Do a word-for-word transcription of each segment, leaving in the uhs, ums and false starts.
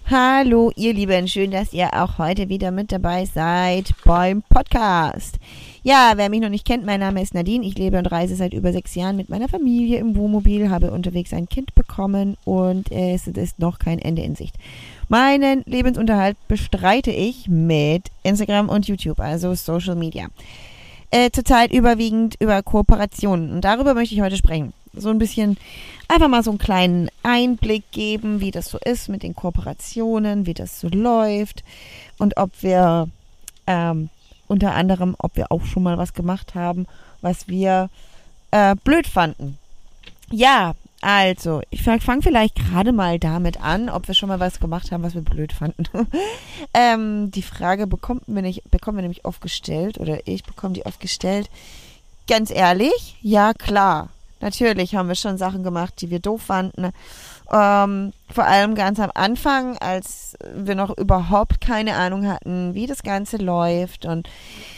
Hallo ihr Lieben, schön, dass ihr auch heute wieder mit dabei seid beim Podcast. Ja, wer mich noch nicht kennt, mein Name ist Nadine, ich lebe und reise seit über sechs Jahren mit meiner Familie im Wohnmobil, habe unterwegs ein Kind bekommen und es ist noch kein Ende in Sicht. Meinen Lebensunterhalt bestreite ich mit Instagram und YouTube, also Social Media. Äh, zurzeit überwiegend über Kooperationen und darüber möchte ich heute sprechen. So ein bisschen, einfach mal so einen kleinen Einblick geben, wie das so ist mit den Kooperationen, wie das so läuft und ob wir ähm, unter anderem, ob wir auch schon mal was gemacht haben, was wir äh, blöd fanden. Ja, also, ich fange vielleicht gerade mal damit an, ob wir schon mal was gemacht haben, was wir blöd fanden. ähm, die Frage bekommt mir nicht, bekommen wir nämlich oft gestellt, oder ich bekomme die oft gestellt. Ganz ehrlich, ja klar. Natürlich haben wir schon Sachen gemacht, die wir doof fanden. Ähm, vor allem ganz am Anfang, als wir noch überhaupt keine Ahnung hatten, wie das Ganze läuft und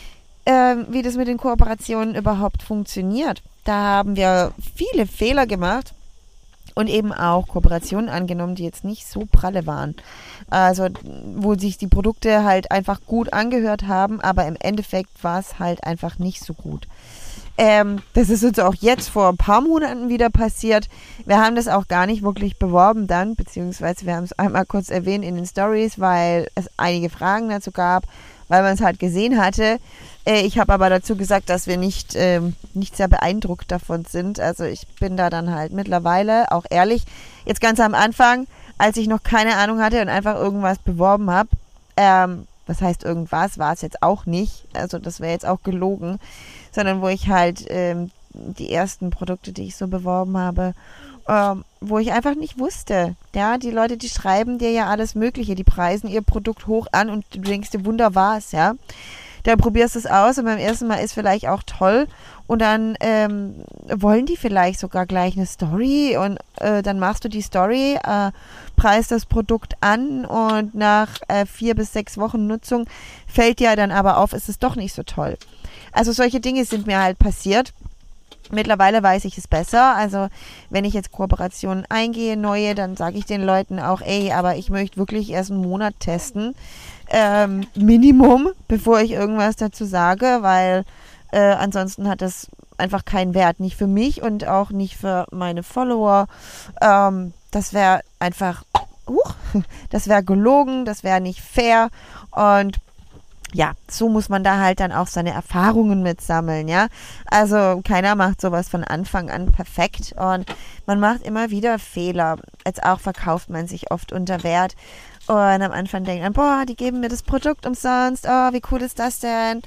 ähm, wie das mit den Kooperationen überhaupt funktioniert. Da haben wir viele Fehler gemacht und eben auch Kooperationen angenommen, die jetzt nicht so pralle waren. Also wo sich die Produkte halt einfach gut angehört haben, aber im Endeffekt war es halt einfach nicht so gut. Ähm, das ist uns auch jetzt vor ein paar Monaten wieder passiert. Wir haben das auch gar nicht wirklich beworben dann, beziehungsweise wir haben es einmal kurz erwähnt in den Stories, weil es einige Fragen dazu gab, weil man es halt gesehen hatte. Äh, ich habe aber dazu gesagt, dass wir nicht, ähm, nicht sehr beeindruckt davon sind. Also ich bin da dann halt mittlerweile auch ehrlich, jetzt ganz am Anfang, als ich noch keine Ahnung hatte und einfach irgendwas beworben habe, ähm, was heißt irgendwas, war es jetzt auch nicht, also das wäre jetzt auch gelogen, sondern wo ich halt ähm, die ersten Produkte, die ich so beworben habe, ähm, wo ich einfach nicht wusste. Ja, die Leute, die schreiben dir ja alles Mögliche, die preisen ihr Produkt hoch an und du denkst dir, Wunder war's, ja. Dann probierst du es aus und beim ersten Mal ist vielleicht auch toll und dann ähm, wollen die vielleicht sogar gleich eine Story und äh, dann machst du die Story, äh, preist das Produkt an und nach äh, vier bis sechs Wochen Nutzung fällt dir dann aber auf, ist es doch nicht so toll. Also solche Dinge sind mir halt passiert. Mittlerweile weiß ich es besser. Also wenn ich jetzt Kooperationen eingehe, neue, dann sage ich den Leuten auch, ey, aber ich möchte wirklich erst einen Monat testen. Ähm, Minimum, bevor ich irgendwas dazu sage, weil äh, ansonsten hat das einfach keinen Wert. Nicht für mich und auch nicht für meine Follower. Ähm, das wäre einfach, huch, das wäre gelogen, das wäre nicht fair und ja, so muss man da halt dann auch seine Erfahrungen mitsammeln, ja. Also keiner macht sowas von Anfang an perfekt und man macht immer wieder Fehler. Jetzt auch verkauft man sich oft unter Wert und am Anfang denkt man, boah, die geben mir das Produkt umsonst, oh, wie cool ist das denn?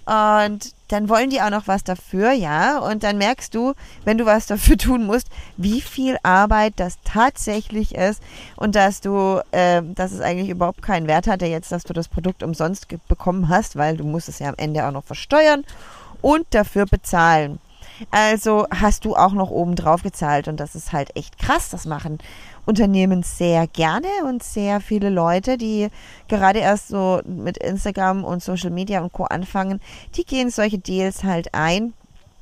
Und dann wollen die auch noch was dafür, ja. Und dann merkst du, wenn du was dafür tun musst, wie viel Arbeit das tatsächlich ist und dass du, äh, dass es eigentlich überhaupt keinen Wert hatte jetzt, dass du das Produkt umsonst ge- bekommen hast, weil du musst es ja am Ende auch noch versteuern und dafür bezahlen. Also hast du auch noch oben drauf gezahlt und das ist halt echt krass. Das machen Unternehmen sehr gerne und sehr viele Leute, die gerade erst so mit Instagram und Social Media und Co. anfangen, die gehen solche Deals halt ein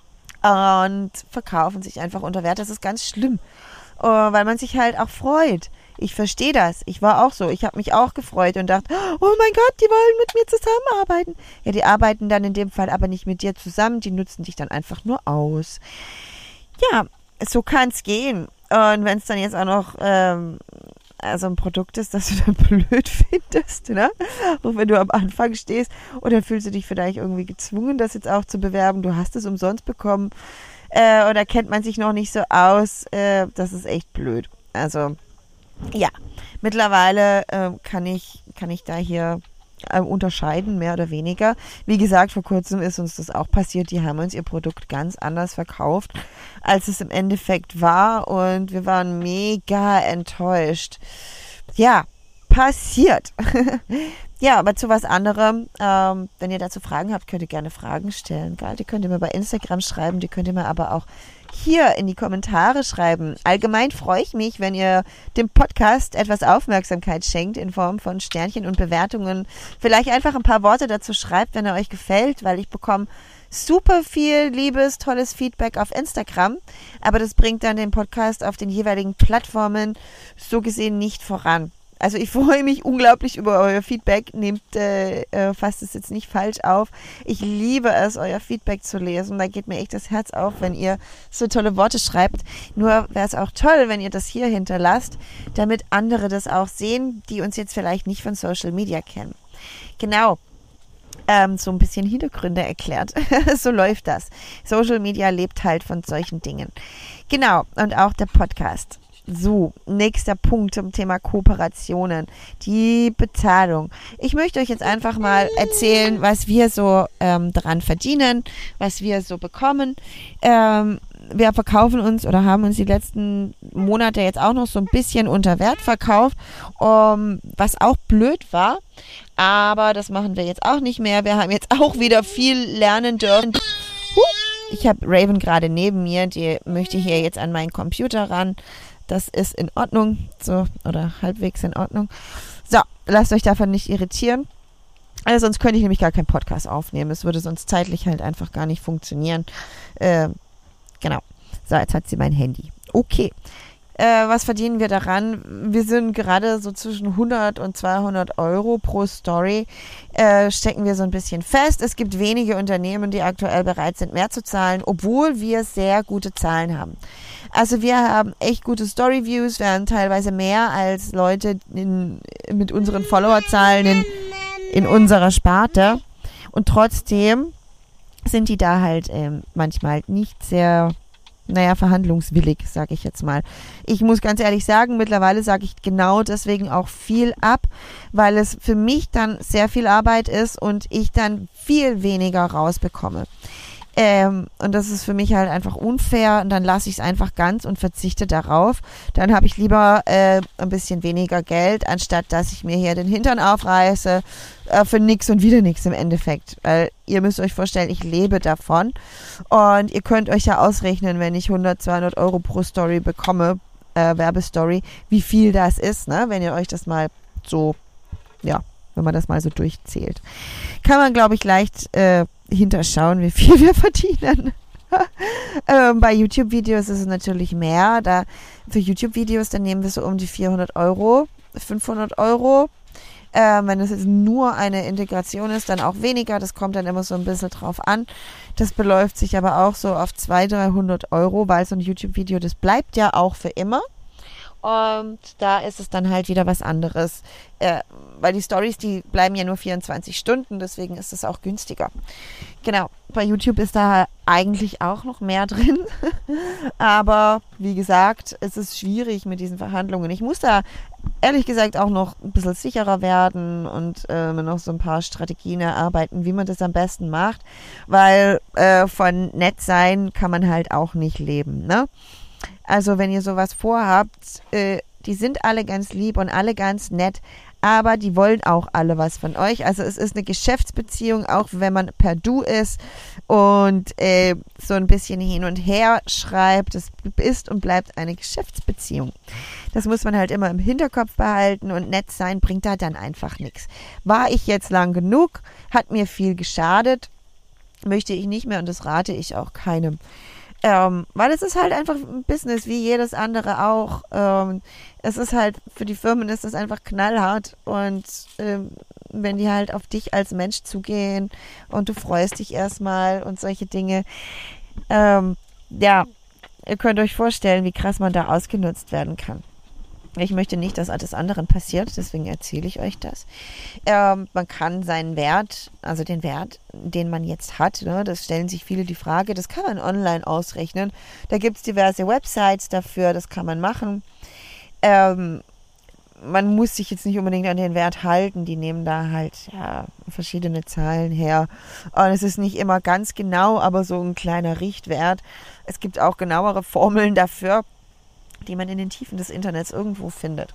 und verkaufen sich einfach unter Wert. Das ist ganz schlimm, weil man sich halt auch freut. Ich verstehe das. Ich war auch so. Ich habe mich auch gefreut und dachte, oh mein Gott, die wollen mit mir zusammenarbeiten. Ja, die arbeiten dann in dem Fall aber nicht mit dir zusammen. Die nutzen dich dann einfach nur aus. Ja, so kann es gehen. Und wenn es dann jetzt auch noch ähm, also ein Produkt ist, das du dann blöd findest, ne? Auch wenn du am Anfang stehst und dann fühlst du dich vielleicht irgendwie gezwungen, das jetzt auch zu bewerben. Du hast es umsonst bekommen äh, oder kennt man sich noch nicht so aus. Äh, das ist echt blöd. Also ja, mittlerweile äh, kann ich kann ich da hier äh, unterscheiden, mehr oder weniger. Wie gesagt, vor kurzem ist uns das auch passiert. Die haben uns ihr Produkt ganz anders verkauft, als es im Endeffekt war und wir waren mega enttäuscht. Ja, passiert. Ja, aber zu was anderem, ähm, wenn ihr dazu Fragen habt, könnt ihr gerne Fragen stellen. Gell? Die könnt ihr mir bei Instagram schreiben, die könnt ihr mir aber auch hier in die Kommentare schreiben. Allgemein freue ich mich, wenn ihr dem Podcast etwas Aufmerksamkeit schenkt in Form von Sternchen und Bewertungen. Vielleicht einfach ein paar Worte dazu schreibt, wenn er euch gefällt, weil ich bekomme super viel liebes, tolles Feedback auf Instagram, aber das bringt dann den Podcast auf den jeweiligen Plattformen so gesehen nicht voran. Also ich freue mich unglaublich über euer Feedback. Nehmt, äh, äh, fasst es jetzt nicht falsch auf. Ich liebe es, euer Feedback zu lesen. Da geht mir echt das Herz auf, wenn ihr so tolle Worte schreibt. Nur wäre es auch toll, wenn ihr das hier hinterlasst, damit andere das auch sehen, die uns jetzt vielleicht nicht von Social Media kennen. Genau. Ähm, so ein bisschen Hintergründe erklärt. So läuft das. Social Media lebt halt von solchen Dingen. Genau. Und auch der Podcast. So, nächster Punkt zum Thema Kooperationen, die Bezahlung. Ich möchte euch jetzt einfach mal erzählen, was wir so ähm, dran verdienen, was wir so bekommen. Ähm, wir verkaufen uns oder haben uns die letzten Monate jetzt auch noch so ein bisschen unter Wert verkauft, um, was auch blöd war, aber das machen wir jetzt auch nicht mehr. Wir haben jetzt auch wieder viel lernen dürfen. Ich habe Raven gerade neben mir, die möchte hier jetzt an meinen Computer ran. Das ist in Ordnung, so, oder halbwegs in Ordnung. So, lasst euch davon nicht irritieren. Also sonst könnte ich nämlich gar keinen Podcast aufnehmen. Es würde sonst zeitlich halt einfach gar nicht funktionieren. Äh, genau. So, jetzt hat sie mein Handy. Okay. Äh, was verdienen wir daran? Wir sind gerade so zwischen hundert und zweihundert Euro pro Story. Äh, stecken wir so ein bisschen fest. Es gibt wenige Unternehmen, die aktuell bereit sind, mehr zu zahlen, obwohl wir sehr gute Zahlen haben. Also wir haben echt gute Story-Views. Wir haben teilweise mehr als Leute in, mit unseren Followerzahlen in, in unserer Sparte. Und trotzdem sind die da halt ähm, manchmal nicht sehr... naja, verhandlungswillig, sage ich jetzt mal. Ich muss ganz ehrlich sagen, mittlerweile sage ich genau deswegen auch viel ab, weil es für mich dann sehr viel Arbeit ist und ich dann viel weniger rausbekomme. Ähm, und das ist für mich halt einfach unfair und dann lasse ich es einfach ganz und verzichte darauf. Dann habe ich lieber äh, ein bisschen weniger Geld, anstatt dass ich mir hier den Hintern aufreiße äh, für nix und wieder nix im Endeffekt. Weil ihr müsst euch vorstellen, ich lebe davon und ihr könnt euch ja ausrechnen, wenn ich hundert, zweihundert Euro pro Story bekomme, äh, Werbestory, wie viel das ist, ne? Wenn ihr euch das mal so, ja, wenn man das mal so durchzählt. Kann man, glaube ich, leicht äh, hinterschauen, wie viel wir verdienen. ähm, bei YouTube-Videos ist es natürlich mehr. Da für YouTube-Videos, dann nehmen wir so um die vierhundert Euro, fünfhundert Euro. Ähm, wenn es jetzt nur eine Integration ist, dann auch weniger. Das kommt dann immer so ein bisschen drauf an. Das beläuft sich aber auch so auf zweihundert, dreihundert Euro, weil so ein YouTube-Video, das bleibt ja auch für immer. Und da ist es dann halt wieder was anderes. Äh, weil die Stories, die bleiben ja nur vierundzwanzig Stunden, deswegen ist es auch günstiger. Genau, bei YouTube ist da eigentlich auch noch mehr drin. Aber wie gesagt, es ist schwierig mit diesen Verhandlungen. Ich muss da ehrlich gesagt auch noch ein bisschen sicherer werden und äh, noch so ein paar Strategien erarbeiten, wie man das am besten macht. Weil äh, von nett sein kann man halt auch nicht leben, ne? Also wenn ihr sowas vorhabt, äh, die sind alle ganz lieb und alle ganz nett, aber die wollen auch alle was von euch. Also es ist eine Geschäftsbeziehung, auch wenn man per Du ist und äh, so ein bisschen hin und her schreibt. Es ist und bleibt eine Geschäftsbeziehung. Das muss man halt immer im Hinterkopf behalten und nett sein bringt da dann einfach nichts. War ich jetzt lang genug, hat mir viel geschadet, möchte ich nicht mehr und das rate ich auch keinem. Ähm, weil es ist halt einfach ein Business, wie jedes andere auch. Ähm, es ist halt, für die Firmen ist es einfach knallhart und ähm, wenn die halt auf dich als Mensch zugehen und du freust dich erstmal und solche Dinge, ähm, ja, ihr könnt euch vorstellen, wie krass man da ausgenutzt werden kann. Ich möchte nicht, dass alles anderen passiert, deswegen erzähle ich euch das. Ähm, man kann seinen Wert, also den Wert, den man jetzt hat, ne, das stellen sich viele die Frage, das kann man online ausrechnen. Da gibt es diverse Websites dafür, das kann man machen. Ähm, man muss sich jetzt nicht unbedingt an den Wert halten, die nehmen da halt ja, verschiedene Zahlen her. Und es ist nicht immer ganz genau, aber so ein kleiner Richtwert. Es gibt auch genauere Formeln dafür, die man in den Tiefen des Internets irgendwo findet.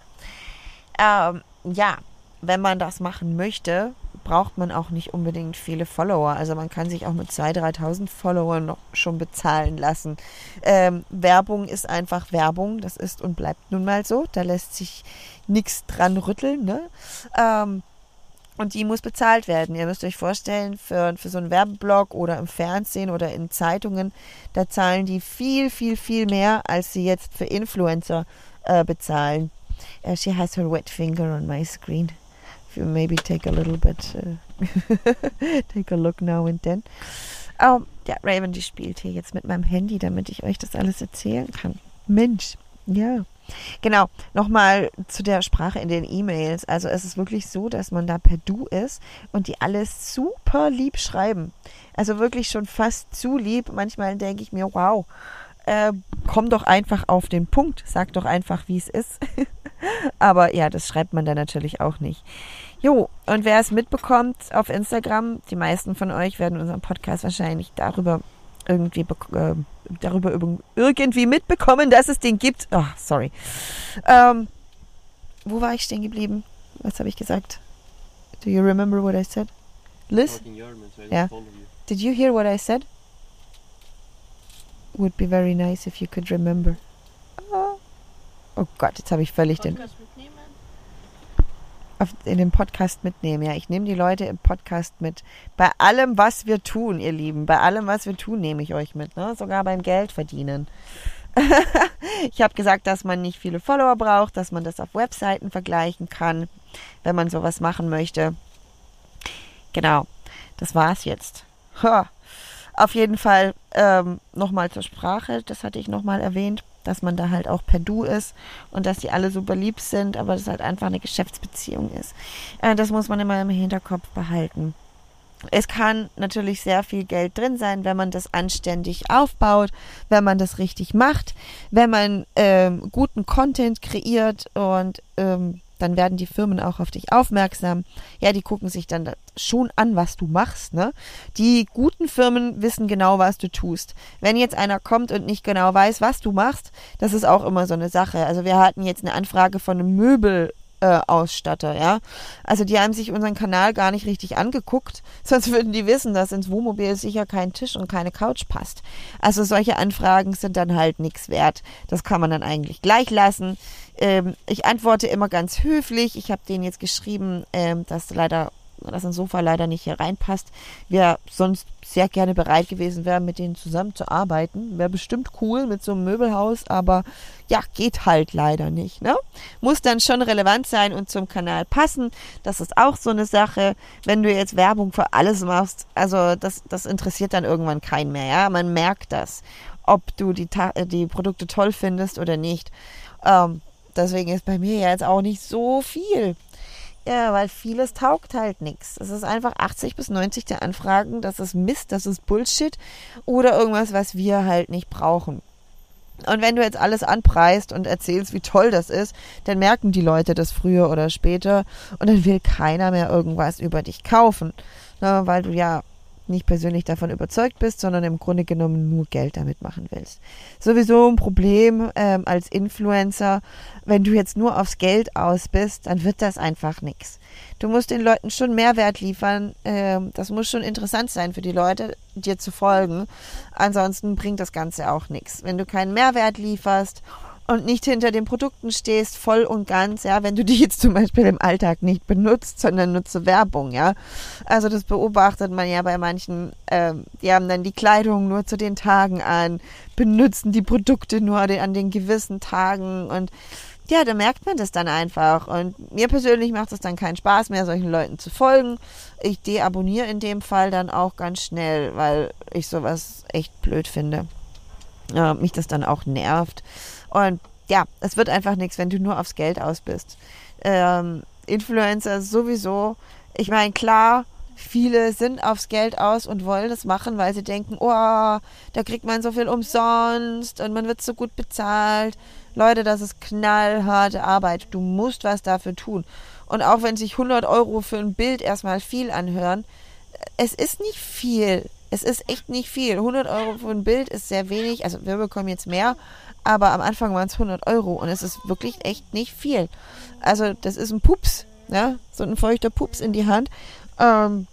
Ähm, ja, wenn man das machen möchte, braucht man auch nicht unbedingt viele Follower. Also man kann sich auch mit zweitausend, dreitausend Followern noch schon bezahlen lassen. Ähm, Werbung ist einfach Werbung. Das ist und bleibt nun mal so. Da lässt sich nichts dran rütteln, ne? Ähm, und die muss bezahlt werden. Ihr müsst euch vorstellen, für, für so einen Werbeblock oder im Fernsehen oder in Zeitungen, da zahlen die viel, viel, viel mehr, als sie jetzt für Influencer äh, bezahlen. Uh, she has her wet finger on my screen. If you maybe take a little bit, uh, take a look now and then. Oh, ja, Raven, die spielt hier jetzt mit meinem Handy, damit ich euch das alles erzählen kann. Mensch, ja. Genau, nochmal zu der Sprache in den E-Mails. Also es ist wirklich so, dass man da per Du ist und die alles super lieb schreiben. Also wirklich schon fast zu lieb. Manchmal denke ich mir, wow, äh, komm doch einfach auf den Punkt. Sag doch einfach, wie es ist. Aber ja, das schreibt man dann natürlich auch nicht. Jo, und wer es mitbekommt auf Instagram, die meisten von euch werden unseren Podcast wahrscheinlich darüber irgendwie äh, darüber irgendwie mitbekommen, dass es den gibt. Oh, sorry. Ähm, wo war ich stehen geblieben? Was habe ich gesagt? Do you remember what I said? Liz? Yeah. Did you hear what I said? Would be very nice if you could remember. Oh, oh Gott, jetzt habe ich völlig den... in den Podcast mitnehmen. Ja, ich nehme die Leute im Podcast mit. Bei allem, was wir tun, ihr Lieben, bei allem, was wir tun, nehme ich euch mit. Ne? Sogar beim Geld verdienen. Ich habe gesagt, dass man nicht viele Follower braucht, dass man das auf Webseiten vergleichen kann, wenn man sowas machen möchte. Genau, das war's jetzt. Ha. Auf jeden Fall ähm, nochmal zur Sprache, das hatte ich nochmal erwähnt, dass man da halt auch per Du ist und dass die alle super lieb sind, aber das halt einfach eine Geschäftsbeziehung ist. Äh, das muss man immer im Hinterkopf behalten. Es kann natürlich sehr viel Geld drin sein, wenn man das anständig aufbaut, wenn man das richtig macht, wenn man ähm, guten Content kreiert und ähm, dann werden die Firmen auch auf dich aufmerksam. Ja, die gucken sich dann schon an, was du machst, ne? Die guten Firmen wissen genau, was du tust. Wenn jetzt einer kommt und nicht genau weiß, was du machst, das ist auch immer so eine Sache. Also wir hatten jetzt eine Anfrage von einem Möbel Äh, Ausstatter, ja. Also die haben sich unseren Kanal gar nicht richtig angeguckt, sonst würden die wissen, dass ins Wohnmobil sicher kein Tisch und keine Couch passt. Also solche Anfragen sind dann halt nichts wert. Das kann man dann eigentlich gleich lassen. Ähm, ich antworte immer ganz höflich. Ich habe denen jetzt geschrieben, ähm, dass leider dass ein Sofa leider nicht hier reinpasst. Wir sonst sehr gerne bereit gewesen wären, mit denen zusammenzuarbeiten. Wäre bestimmt cool mit so einem Möbelhaus, aber ja, geht halt leider nicht, ne? Muss dann schon relevant sein und zum Kanal passen. Das ist auch so eine Sache, wenn du jetzt Werbung für alles machst, also das, das interessiert dann irgendwann keinen mehr, ja? Man merkt das, ob du die, die Produkte toll findest oder nicht. Ähm, deswegen ist bei mir jetzt auch nicht so viel. Ja, weil vieles taugt halt nichts. Es ist einfach achtzig bis neunzig der Anfragen, das ist Mist, das ist Bullshit oder irgendwas, was wir halt nicht brauchen. Und wenn du jetzt alles anpreist und erzählst, wie toll das ist, dann merken die Leute das früher oder später und dann will keiner mehr irgendwas über dich kaufen, ne, weil du ja nicht persönlich davon überzeugt bist, sondern im Grunde genommen nur Geld damit machen willst. Sowieso ein Problem ähm, als Influencer, wenn du jetzt nur aufs Geld aus bist, dann wird das einfach nichts. Du musst den Leuten schon Mehrwert liefern, ähm, das muss schon interessant sein für die Leute, dir zu folgen, ansonsten bringt das Ganze auch nichts. Wenn du keinen Mehrwert lieferst und nicht hinter den Produkten stehst, voll und ganz, ja, wenn du die jetzt zum Beispiel im Alltag nicht benutzt, sondern nur zur Werbung, ja. Also das beobachtet man ja bei manchen, ähm, die haben dann die Kleidung nur zu den Tagen an, benutzen die Produkte nur an den gewissen Tagen und ja, da merkt man das dann einfach und mir persönlich macht es dann keinen Spaß mehr, solchen Leuten zu folgen. Ich deabonniere in dem Fall dann auch ganz schnell, weil ich sowas echt blöd finde. Ja, mich das dann auch nervt. Und ja, es wird einfach nichts, wenn du nur aufs Geld aus bist. Ähm, Influencer sowieso. Ich meine, klar, viele sind aufs Geld aus und wollen das machen, weil sie denken, oh, da kriegt man so viel umsonst und man wird so gut bezahlt. Leute, das ist knallharte Arbeit. Du musst was dafür tun. Und auch wenn sich hundert Euro für ein Bild erstmal viel anhören, es ist nicht viel. Es ist echt nicht viel. hundert Euro für ein Bild ist sehr wenig. Also wir bekommen jetzt mehr, aber am Anfang waren es hundert Euro und es ist wirklich echt nicht viel. Also das ist ein Pups, ja, so ein feuchter Pups in die Hand, ähm,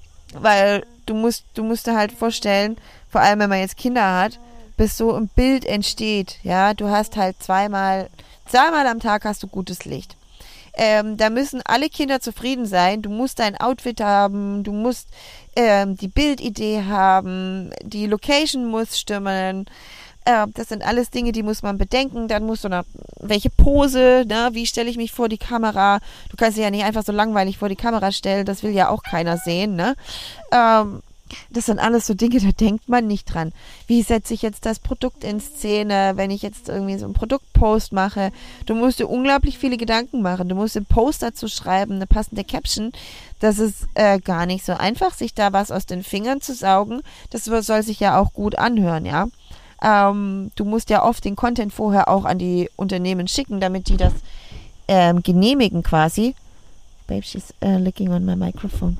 weil du musst, du musst dir halt vorstellen, vor allem wenn man jetzt Kinder hat, bis so ein Bild entsteht, ja, du hast halt zweimal, zweimal am Tag hast du gutes Licht. Ähm, da müssen alle Kinder zufrieden sein. Du musst dein Outfit haben, du musst ähm, die Bildidee haben, die Location muss stimmen. Äh, das sind alles Dinge, die muss man bedenken. Dann musst du noch, welche Pose, ne? Wie stelle ich mich vor die Kamera? Du kannst dich ja nicht einfach so langweilig vor die Kamera stellen, das will ja auch keiner sehen, ne? Ähm, Das sind alles so Dinge, da denkt man nicht dran. Wie setze ich jetzt das Produkt in Szene, wenn ich jetzt irgendwie so einen Produktpost mache? Du musst dir unglaublich viele Gedanken machen. Du musst einen Post dazu schreiben, eine passende Caption. Das ist äh, gar nicht so einfach, sich da was aus den Fingern zu saugen. Das soll sich ja auch gut anhören, ja. Ähm, du musst ja oft den Content vorher auch an die Unternehmen schicken, damit die das ähm, genehmigen quasi. Babe, she's uh, licking on my microphone.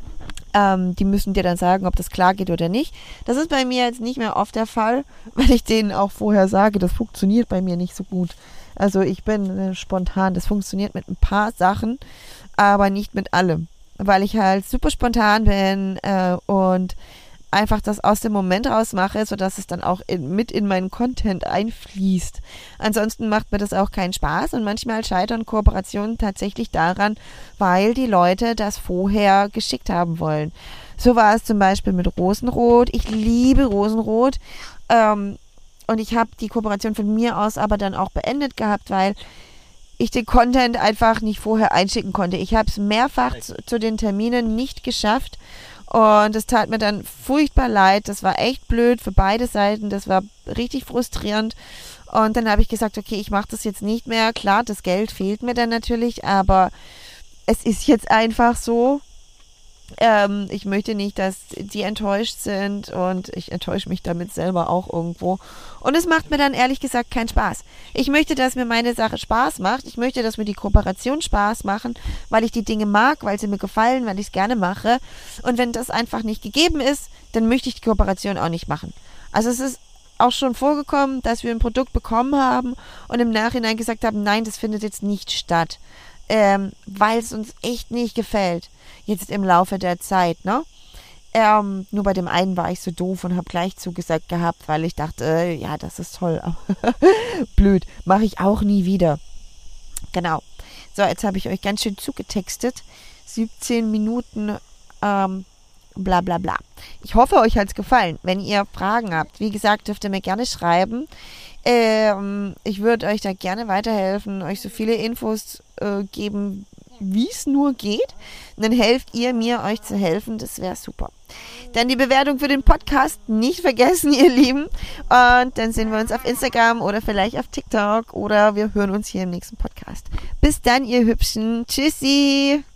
Ähm, die müssen dir dann sagen, ob das klar geht oder nicht. Das ist bei mir jetzt nicht mehr oft der Fall, weil ich denen auch vorher sage, das funktioniert bei mir nicht so gut. Also ich bin äh, spontan, das funktioniert mit ein paar Sachen, aber nicht mit allem, weil ich halt super spontan bin äh, und einfach das aus dem Moment raus mache, sodass es dann auch in, mit in meinen Content einfließt. Ansonsten macht mir das auch keinen Spaß und manchmal scheitern Kooperationen tatsächlich daran, weil die Leute das vorher geschickt haben wollen. So war es zum Beispiel mit Rosenrot. Ich liebe Rosenrot ähm, und ich habe die Kooperation von mir aus aber dann auch beendet gehabt, weil ich den Content einfach nicht vorher einschicken konnte. Ich habe es mehrfach zu, zu den Terminen nicht geschafft. Und es tat mir dann furchtbar leid. Das war echt blöd für beide Seiten. Das war richtig frustrierend. Und dann habe ich gesagt, okay, ich mache das jetzt nicht mehr. Klar, das Geld fehlt mir dann natürlich, aber es ist jetzt einfach so. Ähm, ich möchte nicht, dass die enttäuscht sind und ich enttäusche mich damit selber auch irgendwo. Und es macht mir dann ehrlich gesagt keinen Spaß. Ich möchte, dass mir meine Sache Spaß macht. Ich möchte, dass mir die Kooperation Spaß machen, weil ich die Dinge mag, weil sie mir gefallen, weil ich es gerne mache. Und wenn das einfach nicht gegeben ist, dann möchte ich die Kooperation auch nicht machen. Also es ist auch schon vorgekommen, dass wir ein Produkt bekommen haben und im Nachhinein gesagt haben, nein, das findet jetzt nicht statt. Ähm, weil es uns echt nicht gefällt. Jetzt im Laufe der Zeit, ne? Ähm, nur bei dem einen war ich so doof und habe gleich zugesagt gehabt, weil ich dachte, äh, ja, das ist toll. Blöd, mache ich auch nie wieder. Genau. So, jetzt habe ich euch ganz schön zugetextet. siebzehn Minuten, ähm, bla bla bla. Ich hoffe, euch hat es gefallen. Wenn ihr Fragen habt, wie gesagt, dürft ihr mir gerne schreiben. Ähm, ich würde euch da gerne weiterhelfen, euch so viele Infos äh, geben, wie es nur geht. Und dann helft ihr mir, euch zu helfen. Das wäre super. Dann die Bewertung für den Podcast nicht vergessen, ihr Lieben. Und dann sehen wir uns auf Instagram oder vielleicht auf TikTok oder wir hören uns hier im nächsten Podcast. Bis dann, ihr Hübschen. Tschüssi.